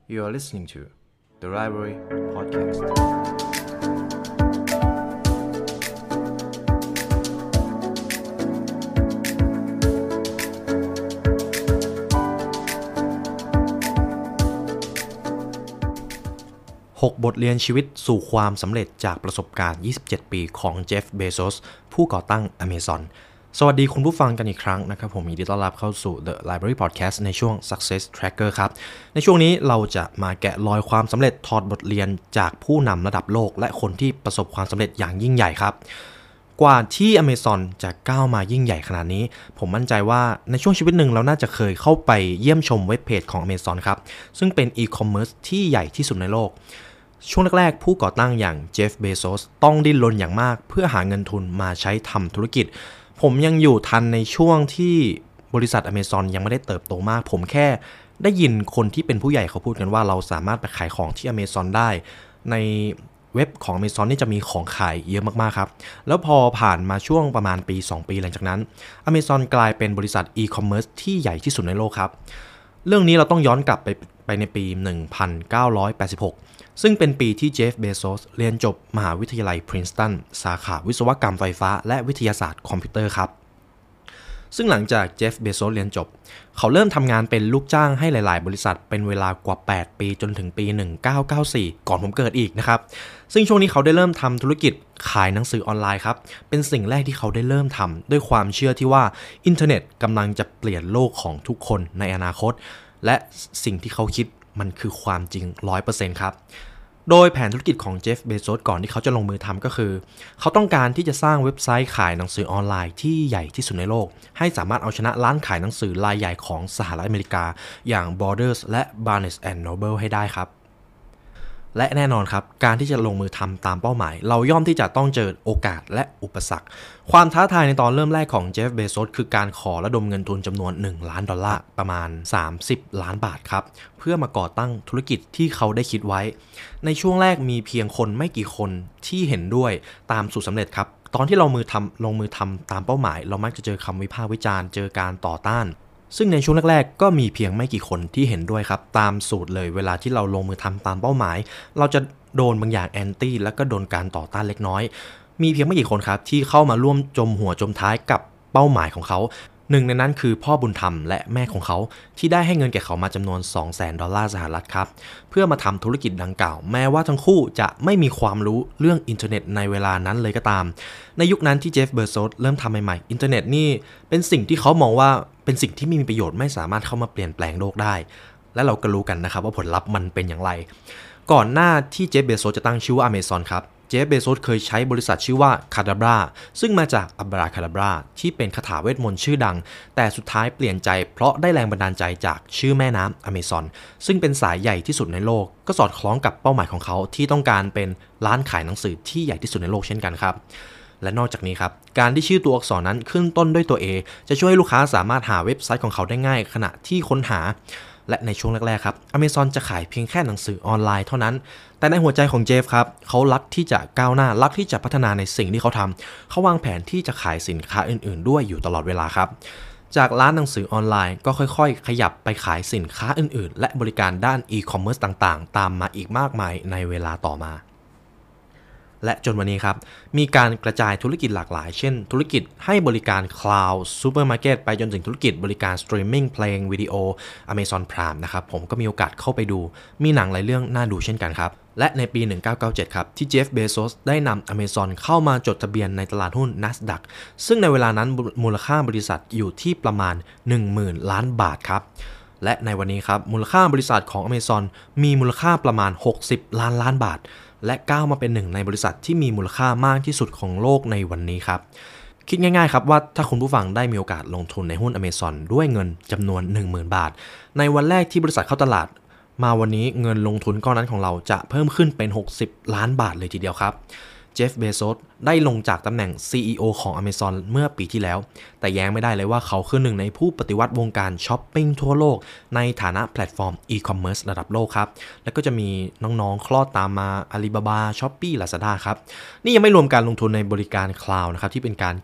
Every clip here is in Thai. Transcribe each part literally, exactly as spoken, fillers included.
You are listening to The Library Podcast. หก บทเรียนชีวิตสู่ความสำเร็จจากประสบการณ์ ยี่สิบเจ็ด ปีของเจฟ เบโซสผู้ก่อตั้ง Amazon สวัสดีคุณผู้ฟังกันอีกครั้งนะครับผมยินดีต้อนรับเข้าสู่ The Library Podcast ในช่วง Success Tracker ครับในช่วงนี้เราจะมาแกะรอยความสำเร็จถอดบทเรียนจากผู้นำระดับโลกและคนที่ประสบความสำเร็จอย่างยิ่งใหญ่ครับกว่าที่ Amazon จะก้าวมายิ่งใหญ่ขนาดนี้ผมมั่นใจว่าในช่วงชีวิตหนึ่งเราน่าจะเคยเข้าไปเยี่ยมชมเว็บเพจของ Amazon ครับซึ่งเป็น e-commerce ที่ใหญ่ที่สุดในโลกช่วงแรกๆผู้ก่อตั้งอย่างเจฟ เบโซสต้องดิ้นรนอย่างมากเพื่อหาเงินทุนมาใช้ทำธุรกิจผมยังอยู่ทันในช่วงที่บริษัท Amazon ยังไม่ได้เติบโตมากผมแค่ได้ยินคนที่เป็นผู้ใหญ่เขาพูดกันว่าเราสามารถไปขายของที่ Amazon ได้ในเว็บของ Amazon นี่จะมีของขายเยอะมากๆครับแล้วพอผ่านมาช่วงประมาณปีสองปีหลังจากนั้น Amazon กลายเป็นบริษัท e-commerce ที่ใหญ่ที่สุดในโลกครับเรื่องนี้เราต้องย้อนกลับไปไปในปีหนึ่งพันเก้าร้อยแปดสิบหกซึ่งเป็นปีที่เจฟ เบโซสเรียนจบมหาวิทยาลัยพรินสตันสาขาวิศวกรรมไฟฟ้าและวิทยาศาสตร์คอมพิวเตอร์ครับซึ่งหลังจากเจฟ เบโซสเรียนจบเขาเริ่มทำงานเป็นลูกจ้างให้หลายๆบริษัทเป็นเวลากว่าแปดปีจนถึงปีหนึ่งพันเก้าร้อยเก้าสิบสี่ก่อนผมเกิดอีกนะครับซึ่งช่วงนี้เขาได้เริ่มทำธุรกิจขายหนังสือออนไลน์ครับเป็นสิ่งแรกที่เขาได้เริ่มทำด้วยความเชื่อที่ว่าอินเทอร์เน็ตกำลังจะเปลี่ยนโลกของทุกคนในอนาคตและสิ่งที่เขาคิดมันคือความจริง ร้อยเปอร์เซ็นต์ ครับโดยแผนธุรกิจของเจฟ เบโซสก่อนที่เขาจะลงมือทำก็คือเขาต้องการที่จะสร้างเว็บไซต์ขายหนังสือออนไลน์ที่ใหญ่ที่สุดในโลกให้สามารถเอาชนะร้านขายหนังสือรายใหญ่ของสหรัฐอเมริกาอย่าง Borders และ Barnes แอนด์ Noble ให้ได้ครับและแน่นอนครับการที่จะลงมือทำตามเป้าหมายเราย่อมที่จะต้องเจอโอกาสและอุปสรรคความท้าทายในตอนเริ่มแรกของเจฟ เบโซสคือการขอระดมเงินทุนจำนวนหนึ่งล้านดอลลาร์ประมาณสามสิบล้านบาทครับเพื่อมาก่อตั้งธุรกิจที่เขาได้คิดไว้ในช่วงแรกมีเพียงคนไม่กี่คนที่เห็นด้วยตามสูตรสำเร็จครับตอนที่เรามือทำลงมือทำตามเป้าหมายเรามักจะเจอคำวิพากษ์วิจารณ์เจอการต่อต้านซึ่งในช่วงแรกๆก็มีเพียงไม่กี่คนที่เห็นด้วยครับตามสูตรเลยเวลาที่เราลงมือทำตามเป้าหมายเราจะโดนบางอย่างแอนตี้แล้วก็โดนการต่อต้านเล็กน้อยมีเพียงไม่กี่คนครับที่เข้ามาร่วมจมหัวจมท้ายกับเป้าหมายของเขาหนึ่งในนั้นคือพ่อบุญธรรมและแม่ของเขาที่ได้ให้เงินแก่เขามาจำนวน สองแสน ดอลลาร์สหรัฐครับเพื่อมาทำธุรกิจดังกล่าวแม้ว่าทั้งคู่จะไม่มีความรู้เรื่องอินเทอร์เน็ตในเวลานั้นเลยก็ตามในยุคนั้นที่เจฟ เบโซสเริ่มทำใหม่ๆอินเทอร์เน็ตนี่เป็นสิ่งที่เขามองว่าเป็นสิ่งที่ไม่มีประโยชน์ไม่สามารถเข้ามาเปลี่ยนแปลงโลกได้และเราก็รู้กันนะครับว่าผลลัพธ์มันเป็นอย่างไรก่อนหน้าที่เจฟ เบโซสจะตั้งชื่อว่า Amazon ครับเจฟ เบโซสเคยใช้บริษัทชื่อว่า Cadabra ซึ่งมาจาก Abracadabra ที่เป็นคาถาเวทมนต์ชื่อดังแต่สุดท้ายเปลี่ยนใจเพราะได้แรงบันดาลใจจากชื่อแม่น้ำ Amazon ซึ่งเป็นสายใหญ่ที่สุดในโลกก็สอดคล้องกับเป้าหมายของเขาที่ต้องการเป็นร้านขายหนังสือที่ใหญ่ที่สุดในโลกเช่นกันครับและนอกจากนี้ครับการที่ชื่อตัวอักษรนั้นขึ้นต้นด้วยตัว A จะช่วยให้ลูกค้าสามารถหาเว็บไซต์ของเขาได้ง่ายขณะที่ค้นหาและในช่วงแรกๆครับ Amazon จะขายเพียงแค่หนังสือออนไลน์เท่านั้นแต่ในหัวใจของเจฟครับเขารักที่จะก้าวหน้ารักที่จะพัฒนาในสิ่งที่เขาทำเขาวางแผนที่จะขายสินค้าอื่นๆด้วยอยู่ตลอดเวลาครับจากร้านหนังสือออนไลน์ก็ค่อยๆขยับไปขายสินค้าอื่นๆและบริการด้านอีคอมเมิร์ซต่างๆตามมาอีกมากมายในเวลาต่อมาและจนวันนี้ครับมีการกระจายธุรกิจหลากหลายเช่นธุรกิจให้บริการคลาวด์ซูเปอร์มาร์เก็ตไปจนถึงธุรกิจบริการสตรีมมิ่งเพลงวิดีโอ Amazon Prime นะครับผมก็มีโอกาสเข้าไปดูมีหนังหลายเรื่องน่าดูเช่นกันครับและในปีหนึ่งพันเก้าร้อยเก้าสิบเจ็ดครับที่เจฟ เบโซสได้นำ Amazon เข้ามาจดทะเบียนในตลาดหุ้น NASDAQ ซึ่งในเวลานั้นมูลค่าบริษัทอยู่ที่ประมาณ หนึ่งหมื่น ล้านบาทครับและในวันนี้ครับมูลค่าบริษัทของ Amazon มีมูลค่าประมาณหกสิบล้านล้านบาทและก้าวมาเป็นหนึ่งในบริษัทที่มีมูลค่ามากที่สุดของโลกในวันนี้ครับคิดง่ายๆครับว่าถ้าคุณผู้ฟังได้มีโอกาสลงทุนในหุ้น Amazon ด้วยเงินจำนวน หนึ่งหมื่น บาทในวันแรกที่บริษัทเข้าตลาดมาวันนี้เงินลงทุนก้อนนั้นของเราจะเพิ่มขึ้นเป็นหกสิบล้านบาทเลยทีเดียวครับเจฟ เบโซสได้ลงจากตำแหน่ง ซี อี โอ ของ Amazon เมื่อปีที่แล้วแต่แย้งไม่ได้เลยว่าเขาคือหนึ่งในผู้ปฏิวัติวงการช้อปปิ้งทั่วโลกในฐานะแพลตฟอร์มอีคอมเมิร์ซระดับโลกครับแล้วก็จะมีน้องๆคลอดตามมา Alibaba Shopee Lazada ครับนี่ยังไม่รวมการลงทุนในบริการคลาวด์นะครับที่เป็นการเก็บ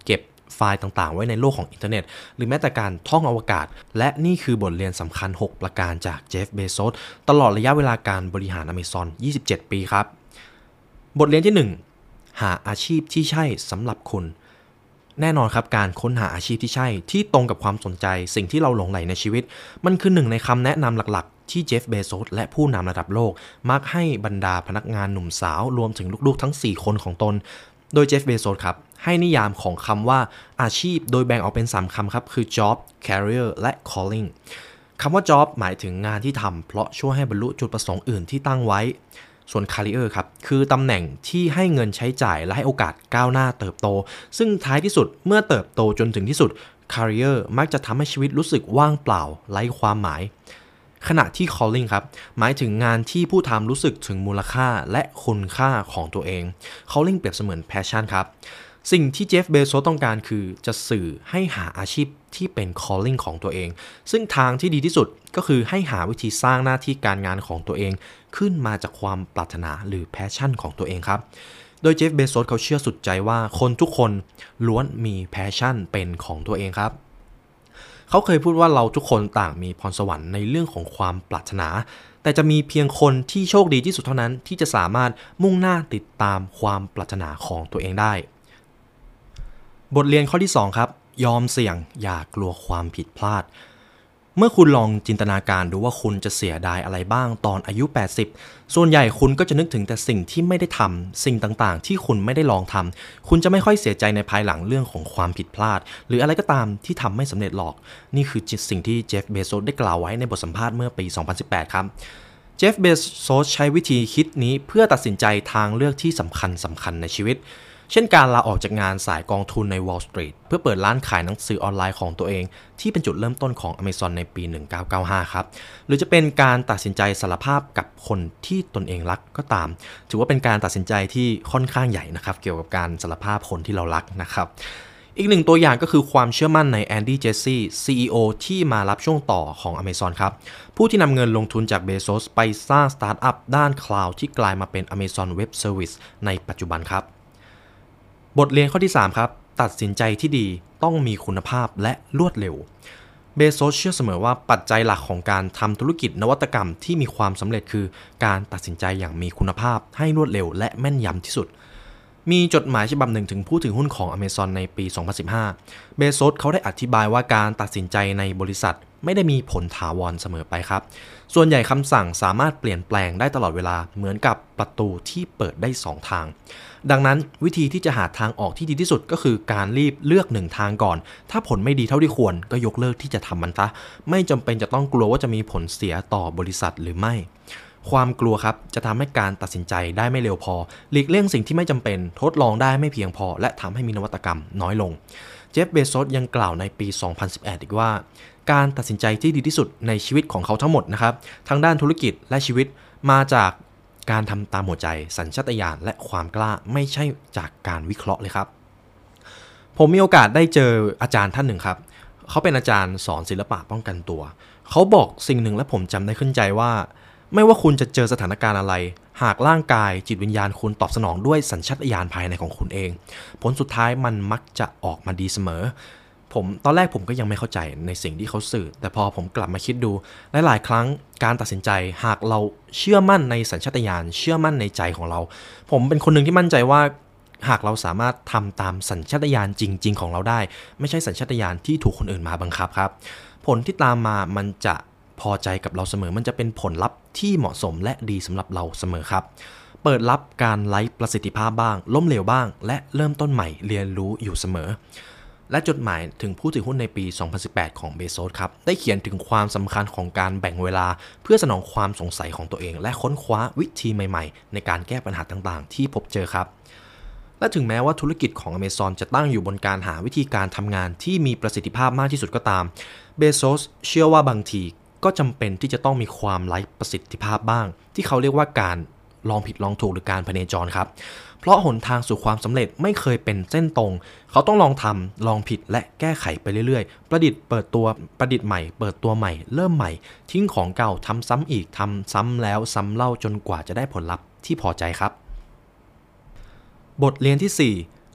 ไฟล์ต่างๆไว้ในโลกของอินเทอร์เน็ตหรือแม้แต่การท่องอวกาศและนี่คือบทเรียนสำคัญหกประการจากเจฟ เบโซสตลอดระยะเวลาการบริหาร Amazon ยี่สิบเจ็ด ปีครับบทเรียนที่หนึ่งหาอาชีพที่ใช่สำหรับคุณแน่นอนครับการค้นหาอาชีพที่ใช่ที่ตรงกับความสนใจสิ่งที่เราหลงใหลในชีวิตมันคือหนึ่งในคำแนะนำหลักๆที่เจฟ เบโซสและผู้นำระดับโลกมักให้บรรดาพนักงานหนุ่มสาวรวมถึงลูกๆทั้งสี่คนของตนโดยเจฟ เบโซสครับให้นิยามของคำว่าอาชีพโดยแบ่งออกเป็นสามคำครับคือ job career และ calling คำว่า job หมายถึงงานที่ทำเพราะช่วยให้บรรลุจุดประสงค์อื่นที่ตั้งไว้ส่วน career ครับคือตำแหน่งที่ให้เงินใช้จ่ายและให้โอกาสก้าวหน้าเติบโตซึ่งท้ายที่สุดเมื่อเติบโตจนถึงที่สุด career มักจะทำให้ชีวิตรู้สึกว่างเปล่าไร้ความหมายขณะที่ calling ครับหมายถึงงานที่ผู้ทำรู้สึกถึงมูลค่าและคุณค่าของตัวเอง calling เปรียบเสมือน passion ครับสิ่งที่เจฟ เบโซสต้องการคือจะสื่อให้หาอาชีพที่เป็น calling ของตัวเองซึ่งทางที่ดีที่สุดก็คือให้หาวิธีสร้างหน้าที่การงานของตัวเองขึ้นมาจากความปรารถนาหรือ passion ของตัวเองครับโดยเจฟ เบโซสเขาเชื่อสุดใจว่าคนทุกคนล้วนมี passion เป็นของตัวเองครับเขาเคยพูดว่าเราทุกคนต่างมีพรสวรรค์ในเรื่องของความปรารถนาแต่จะมีเพียงคนที่โชคดีที่สุดเท่านั้นที่จะสามารถมุ่งหน้าติดตามความปรารถนาของตัวเองได้บทเรียนข้อที่สองครับยอมเสี่ยงอย่ากลัวความผิดพลาดเมื่อคุณลองจินตนาการดูว่าคุณจะเสียดายอะไรบ้างตอนอายุแปดสิบส่วนใหญ่คุณก็จะนึกถึงแต่สิ่งที่ไม่ได้ทำสิ่งต่างๆที่คุณไม่ได้ลองทำคุณจะไม่ค่อยเสียใจในภายหลังเรื่องของความผิดพลาดหรืออะไรก็ตามที่ทำไม่สำเร็จหรอกนี่คือสิ่งที่เจฟ เบโซสได้กล่าวไว้ในบทสัมภาษณ์เมื่อปีสองพันสิบแปดครับเจฟ เบโซสใช้วิธีคิดนี้เพื่อตัดสินใจทางเลือกที่สำคัญสำคัญในชีวิตเช่นการลาออกจากงานสายกองทุนใน Wall Street เพื่อเปิดร้านขายหนังสือออนไลน์ของตัวเองที่เป็นจุดเริ่มต้นของ Amazon ในปีหนึ่งพันเก้าร้อยเก้าสิบห้าครับหรือจะเป็นการตัดสินใจสารภาพกับคนที่ตนเองรักก็ตามถือว่าเป็นการตัดสินใจที่ค่อนข้างใหญ่นะครับเกี่ยวกับการสารภาพคนที่เรารักนะครับอีกหนึ่งตัวอย่างก็คือความเชื่อมั่นในแอนดี้เจสซี่ ซี อี โอ ที่มารับช่วงต่อของ Amazon ครับผู้ที่นำเงินลงทุนจากเบโซสไปสร้างสตาร์ทอัพด้านคลาวด์ที่กลายมาเป็น Amazon Web Service ในปัจจุบันครับบทเรียนข้อที่สามครับตัดสินใจที่ดีต้องมีคุณภาพและรวดเร็วเบโซสเชื่อเสมอว่าปัจจัยหลักของการทำธุรกิจนวัตกรรมที่มีความสำเร็จคือการตัดสินใจอย่างมีคุณภาพให้รวดเร็วและแม่นยำที่สุดมีจดหมายฉบับหนึ่งถึงผู้ถือหุ้นของ Amazon ในปี สองพันสิบห้า เบโซสเขาได้อธิบายว่าการตัดสินใจในบริษัทไม่ได้มีผลถาวรเสมอไปครับส่วนใหญ่คำสั่งสามารถเปลี่ยนแปลงได้ตลอดเวลาเหมือนกับประตูที่เปิดได้สองทางดังนั้นวิธีที่จะหาทางออกที่ดีที่สุดก็คือการรีบเลือกหนึ่งทางก่อนถ้าผลไม่ดีเท่าที่ควรก็ยกเลิกที่จะทำมันซะไม่จำเป็นจะต้องกลัวว่าจะมีผลเสียต่อบริษัทหรือไม่ความกลัวครับจะทำให้การตัดสินใจได้ไม่เร็วพอหลีกเลี่ยงสิ่งที่ไม่จำเป็นทดลองได้ไม่เพียงพอและทำให้มีนวัตกรรมน้อยลงเจฟ เบโซสยังกล่าวในปี สองพันสิบเอ็ด อีกว่าการตัดสินใจที่ดีที่สุดในชีวิตของเขาทั้งหมดนะครับทั้งด้านธุรกิจและชีวิตมาจากการทำตามหัวใจสัญชาตญาณและความกล้าไม่ใช่จากการวิเคราะห์เลยครับผมมีโอกาสได้เจออาจารย์ท่านหนึ่งครับเขาเป็นอาจารย์สอนศิลปะป้องกันตัวเขาบอกสิ่งหนึ่งและผมจำได้ขึ้นใจว่าไม่ว่าคุณจะเจอสถานการณ์อะไรหากร่างกายจิตวิญญาณคุณตอบสนองด้วยสัญชาตญาณภายในของคุณเองผลสุดท้ายมันมักจะออกมาดีเสมอผมตอนแรกผมก็ยังไม่เข้าใจในสิ่งที่เขาสื่อแต่พอผมกลับมาคิดดูหลายๆครั้งการตัดสินใจหากเราเชื่อมั่นในสัญชาตญาณเชื่อมั่นในใจของเราผมเป็นคนหนึ่งที่มั่นใจว่าหากเราสามารถทำตามสัญชาตญาณจริงๆของเราได้ไม่ใช่สัญชาตญาณที่ถูกคนอื่นมาบังคับครับผลที่ตามมามันจะพอใจกับเราเสมอมันจะเป็นผลลัพธ์ที่เหมาะสมและดีสำหรับเราเสมอครับเปิดรับการไร้ประสิทธิภาพบ้างล้มเหลวบ้างและเริ่มต้นใหม่เรียนรู้อยู่เสมอและจดหมายถึงผู้ถือหุ้นในปี สองพันสิบแปด ของเบโซสครับได้เขียนถึงความสำคัญของการแบ่งเวลาเพื่อสนองความสงสัยของตัวเองและค้นคว้าวิธีใหม่ๆในการแก้ปัญหาต่างๆที่พบเจอครับและถึงแม้ว่าธุรกิจของ Amazon จะตั้งอยู่บนการหาวิธีการทำงานที่มีประสิทธิภาพมากที่สุดก็ตามเบโซสเชื่อว่าบางทีก็จำเป็นที่จะต้องมีความไร้ประสิทธิภาพบ้างที่เขาเรียกว่าการลองผิดลองถูกหรือการพเนจรครับเพราะหนทางสู่ความสำเร็จไม่เคยเป็นเส้นตรงเขาต้องลองทำลองผิดและแก้ไขไปเรื่อยๆประดิษฐ์เปิดตัวประดิษฐ์ใหม่เปิดตัวใหม่เริ่มใหม่ทิ้งของเก่าทำซ้ำอีกทำซ้ำแล้วซ้ำเล่าจนกว่าจะได้ผลลัพธ์ที่พอใจครับบทเรียนที่สี่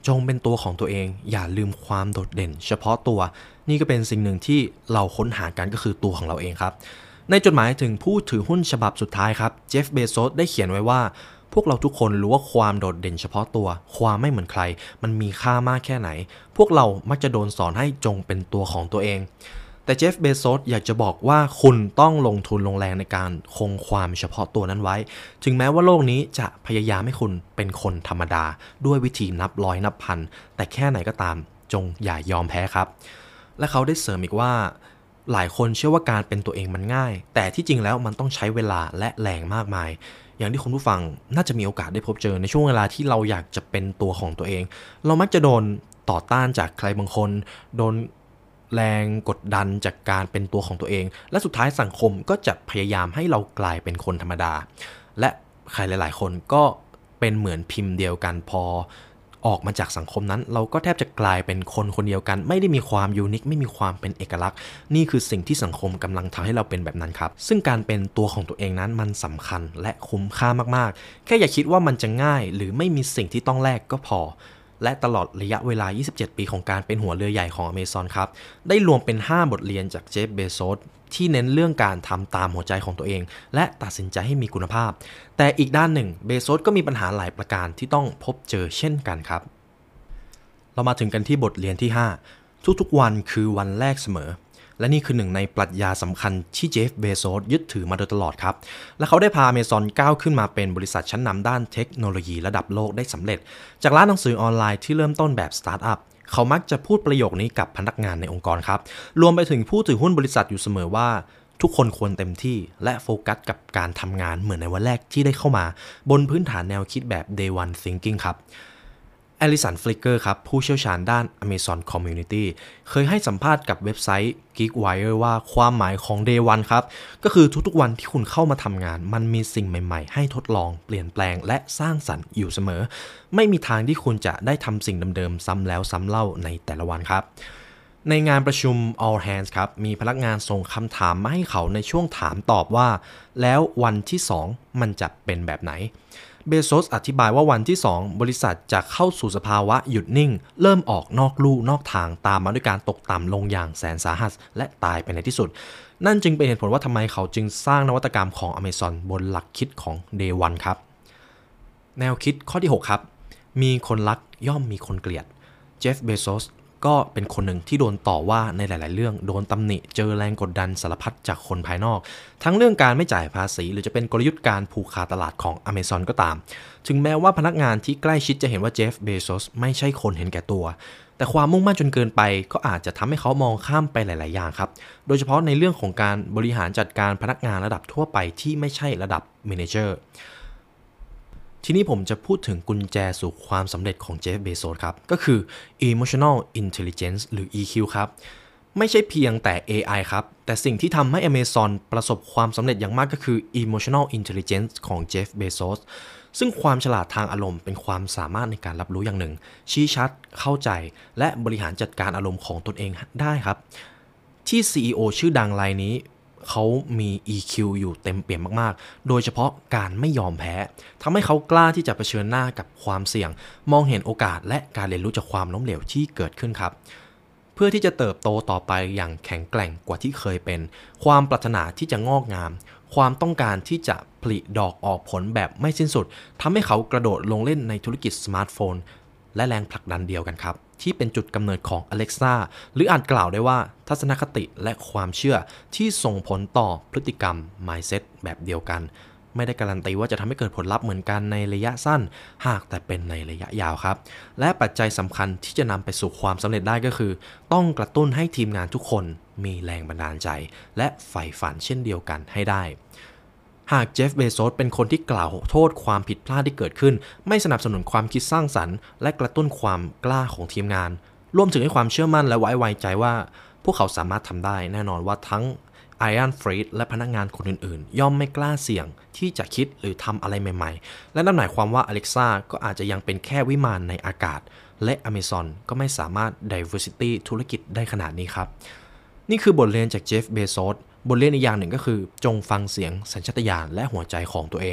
จงเป็นตัวของตัวเองอย่าลืมความโดดเด่นเฉพาะตัวนี่ก็เป็นสิ่งหนึ่งที่เราค้นหากันก็คือตัวของเราเองครับในจดหมายถึงผู้ถือหุ้นฉบับสุดท้ายครับเจฟเบโซสได้เขียนไว้ว่าพวกเราทุกคนรู้ว่าความโดดเด่นเฉพาะตัวความไม่เหมือนใครมันมีค่ามากแค่ไหนพวกเรามักจะโดนสอนให้จงเป็นตัวของตัวเองแต่เจฟเบโซสอยากจะบอกว่าคุณต้องลงทุนลงแรงในการคงความเฉพาะตัวนั้นไว้ถึงแม้ว่าโลกนี้จะพยายามให้คุณเป็นคนธรรมดาด้วยวิธีนับร้อยนับพันแต่แค่ไหนก็ตามจงอย่ายอมแพ้ครับและเขาได้เสริมอีกว่าหลายคนเชื่อว่าการเป็นตัวเองมันง่ายแต่ที่จริงแล้วมันต้องใช้เวลาและแรงมากมายอย่างที่คุณผู้ฟังน่าจะมีโอกาสได้พบเจอในช่วงเวลาที่เราอยากจะเป็นตัวของตัวเองเรามักจะโดนต่อต้านจากใครบางคนโดนแรงกดดันจากการเป็นตัวของตัวเองและสุดท้ายสังคมก็จะพยายามให้เรากลายเป็นคนธรรมดาและใครหลายๆคนก็เป็นเหมือนพิมพ์เดียวกันพอออกมาจากสังคมนั้นเราก็แทบจะกลายเป็นคนคนเดียวกันไม่ได้มีความยูนิคไม่มีความเป็นเอกลักษณ์นี่คือสิ่งที่สังคมกำลังทำให้เราเป็นแบบนั้นครับซึ่งการเป็นตัวของตัวเองนั้นมันสำคัญและคุ้มค่ามากๆแค่อย่าคิดว่ามันจะง่ายหรือไม่มีสิ่งที่ต้องแลกก็พอและตลอดระยะเวลายี่สิบเจ็ดปีของการเป็นหัวเรือใหญ่ของ Amazon ครับได้รวมเป็นห้าบทเรียนจากเจฟเบโซสที่เน้นเรื่องการทำตามหัวใจของตัวเองและตัดสินใจให้มีคุณภาพแต่อีกด้านหนึ่งเบโซสก็มีปัญหาหลายประการที่ต้องพบเจอเช่นกันครับเรามาถึงกันที่บทเรียนที่ห้าทุกๆวันคือวันแรกเสมอและนี่คือหนึ่งในปรัชญาสำคัญที่เจฟเบโซสยึดถือมาโดยตลอดครับและเขาได้พา Amazon ก้าวขึ้นมาเป็นบริษัทชั้นนำด้านเทคโนโลยีระดับโลกได้สำเร็จจากร้านหนังสือออนไลน์ที่เริ่มต้นแบบสตาร์ทอัพเขามักจะพูดประโยคนี้กับพนักงานในองค์กรครับรวมไปถึงผู้ถือหุ้นบริษัทอยู่เสมอว่าทุกคนควรเต็มที่และโฟกัสกับการทำงานเหมือนในวันแรกที่ได้เข้ามาบนพื้นฐานแนวคิดแบบ Day One Thinking ครับอลิสัน ฟลิกเกอร์ครับผู้เชี่ยวชาญด้าน Amazon Community เคยให้สัมภาษณ์กับเว็บไซต์ Geekwire ว่าความหมายของ Day One ครับก็คือทุกๆวันที่คุณเข้ามาทำงานมันมีสิ่งใหม่ๆให้ทดลองเปลี่ยนแปลงและสร้างสรรค์อยู่เสมอไม่มีทางที่คุณจะได้ทำสิ่งเดิมๆซ้ำแล้วซ้ำเล่าในแต่ละวันครับในงานประชุม All Hands ครับมีพนักงานส่งคำถามมาให้เขาในช่วงถามตอบว่าแล้ววันที่สองมันจะเป็นแบบไหนเบโซสอธิบายว่าวันที่สองบริษัทจะเข้าสู่สภาวะหยุดนิ่งเริ่มออกนอกลู่นอกทางตามมาด้วยการตกต่ำลงอย่างแสนสาหัสและตายไปในที่สุดนั่นจึงเป็นเหตุผลว่าทำไมเขาจึงสร้างนวัตกรรมของ Amazon บนหลักคิดของ Day One ครับแนวคิดข้อที่หกครับมีคนรักย่อมมีคนเกลียดเจฟเบโซสก็เป็นคนหนึ่งที่โดนต่อว่าในหลายๆเรื่องโดนตำหนิเจอแรงกดดันสารพัดจากคนภายนอกทั้งเรื่องการไม่จ่ายภาษีหรือจะเป็นกลยุทธ์การผูกขาดตลาดของ Amazon ก็ตามถึงแม้ว่าพนักงานที่ใกล้ชิดจะเห็นว่าเจฟเบโซสไม่ใช่คนเห็นแก่ตัวแต่ความมุ่งมั่นจนเกินไปก็อาจจะทำให้เขามองข้ามไปหลายๆอย่างครับโดยเฉพาะในเรื่องของการบริหารจัดการพนักงานระดับทั่วไปที่ไม่ใช่ระดับ Managerทีนี้ผมจะพูดถึงกุญแจสู่ความสำเร็จของเจฟเบโซสครับก็คือ Emotional Intelligence หรือ อี คิว ครับไม่ใช่เพียงแต่ เอ ไอ ครับแต่สิ่งที่ทำให้ Amazon ประสบความสำเร็จอย่างมากก็คือ Emotional Intelligence ของเจฟเบโซสซึ่งความฉลาดทางอารมณ์เป็นความสามารถในการรับรู้อย่างหนึ่งชี้ชัดเข้าใจและบริหารจัดการอารมณ์ของตนเองได้ครับที่ ซี อี โอ ชื่อดังรายนี้เขามี อี คิว อยู่เต็มเปี่ยมมากๆโดยเฉพาะการไม่ยอมแพ้ทำให้เขากล้าที่จะเผชิญหน้ากับความเสี่ยงมองเห็นโอกาสและการเรียนรู้จากความล้มเหลวที่เกิดขึ้นครับเพื่อที่จะเติบโตต่อไปอย่างแข็งแกร่งกว่าที่เคยเป็นความปรารถนาที่จะงอกงามความต้องการที่จะผลิดอกออกผลแบบไม่สิ้นสุดทำให้เขากระโดดลงเล่นในธุรกิจสมาร์ทโฟนและแรงผลักดันเดียวกันครับที่เป็นจุดกำเนิดของ Alexa หรืออาจกล่าวได้ว่าทัศนคติและความเชื่อที่ส่งผลต่อพฤติกรรม mindset แบบเดียวกันไม่ได้การันตีว่าจะทำให้เกิดผลลัพธ์เหมือนกันในระยะสั้นหากแต่เป็นในระยะยาวครับและปัจจัยสำคัญที่จะนำไปสู่ความสำเร็จได้ก็คือต้องกระตุ้นให้ทีมงานทุกคนมีแรงบันดาลใจและใฝ่ฝันเช่นเดียวกันให้ได้หากเจฟเบโซสเป็นคนที่กล่าวโทษความผิดพลาดที่เกิดขึ้นไม่สนับสนุนความคิดสร้างสรรค์และกระตุ้นความกล้าของทีมงานรวมถึงให้ความเชื่อมั่นและไว้วางใจว่าพวกเขาสามารถทำได้แน่นอนว่าทั้งไอรอนฟรีดและพนักงานคนอื่นๆย่อมไม่กล้าเสี่ยงที่จะคิดหรือทำอะไรใหม่ๆและนั่นหมายความว่า Alexa ก็อาจจะยังเป็นแค่วิมานในอากาศและ Amazon ก็ไม่สามารถ diversity ธุรกิจได้ขนาดนี้ครับนี่คือบทเรียนจากเจฟเบโซสบทเรียนอีกอย่างหนึ่งก็คือจงฟังเสียงสัญชาตญาณและหัวใจของตัวเอง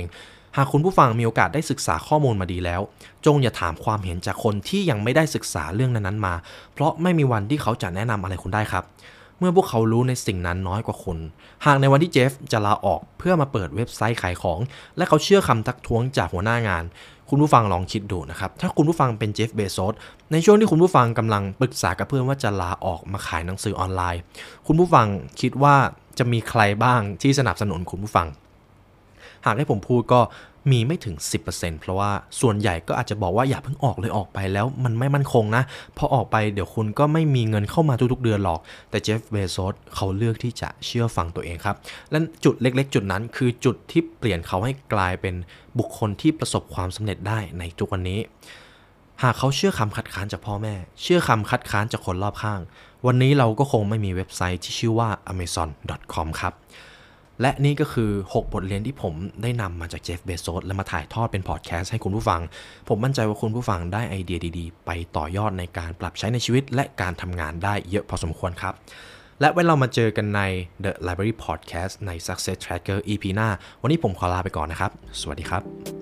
หากคุณผู้ฟังมีโอกาสได้ศึกษาข้อมูลมาดีแล้วจงอย่าถามความเห็นจากคนที่ยังไม่ได้ศึกษาเรื่องนั้นๆมาเพราะไม่มีวันที่เขาจะแนะนำอะไรคุณได้ครับเมื่อพวกเขารู้ในสิ่งนั้นน้อยกว่าคุณหากในวันที่เจฟจะลาออกเพื่อมาเปิดเว็บไซต์ขายของและเขาเชื่อคำทักท้วงจากหัวหน้างานคุณผู้ฟังลองคิดดูนะครับถ้าคุณผู้ฟังเป็นเจฟเบโซสในช่วงที่คุณผู้ฟังกำลังปรึกษากับเพื่อนว่าจะลาออกมาขายหนังสือออนไลน์คุณผู้ฟังคิดว่าจะมีใครบ้างที่สนับสนุนคุณผู้ฟังหากให้ผมพูดก็มีไม่ถึง สิบเปอร์เซ็นต์ เพราะว่าส่วนใหญ่ก็อาจจะบอกว่าอย่าเพิ่งออกเลยออกไปแล้วมันไม่มั่นคงนะพอออกไปเดี๋ยวคุณก็ไม่มีเงินเข้ามาทุกๆเดือนหรอกแต่เจฟเบโซสเขาเลือกที่จะเชื่อฟังตัวเองครับและจุดเล็กๆจุดนั้นคือจุดที่เปลี่ยนเขาให้กลายเป็นบุคคลที่ประสบความสำเร็จได้ในทุกวันนี้หากเขาเชื่อคำคัดค้านจากพ่อแม่เชื่อคำคัดค้านจากคนรอบข้างวันนี้เราก็คงไม่มีเว็บไซต์ที่ชื่อว่า อเมซอน ดอท คอม ครับและนี่ก็คือหกบทเรียนที่ผมได้นำมาจากเจฟเบโซสและมาถ่ายทอดเป็นพอดแคสต์ให้คุณผู้ฟังผมมั่นใจว่าคุณผู้ฟังได้ไอเดียดีๆไปต่อยอดในการปรับใช้ในชีวิตและการทำงานได้เยอะพอสมควรครับและไว้เรามาเจอกันใน The Library Podcast ใน Success Tracker อี พี หน้าวันนี้ผมขอลาไปก่อนนะครับสวัสดีครับ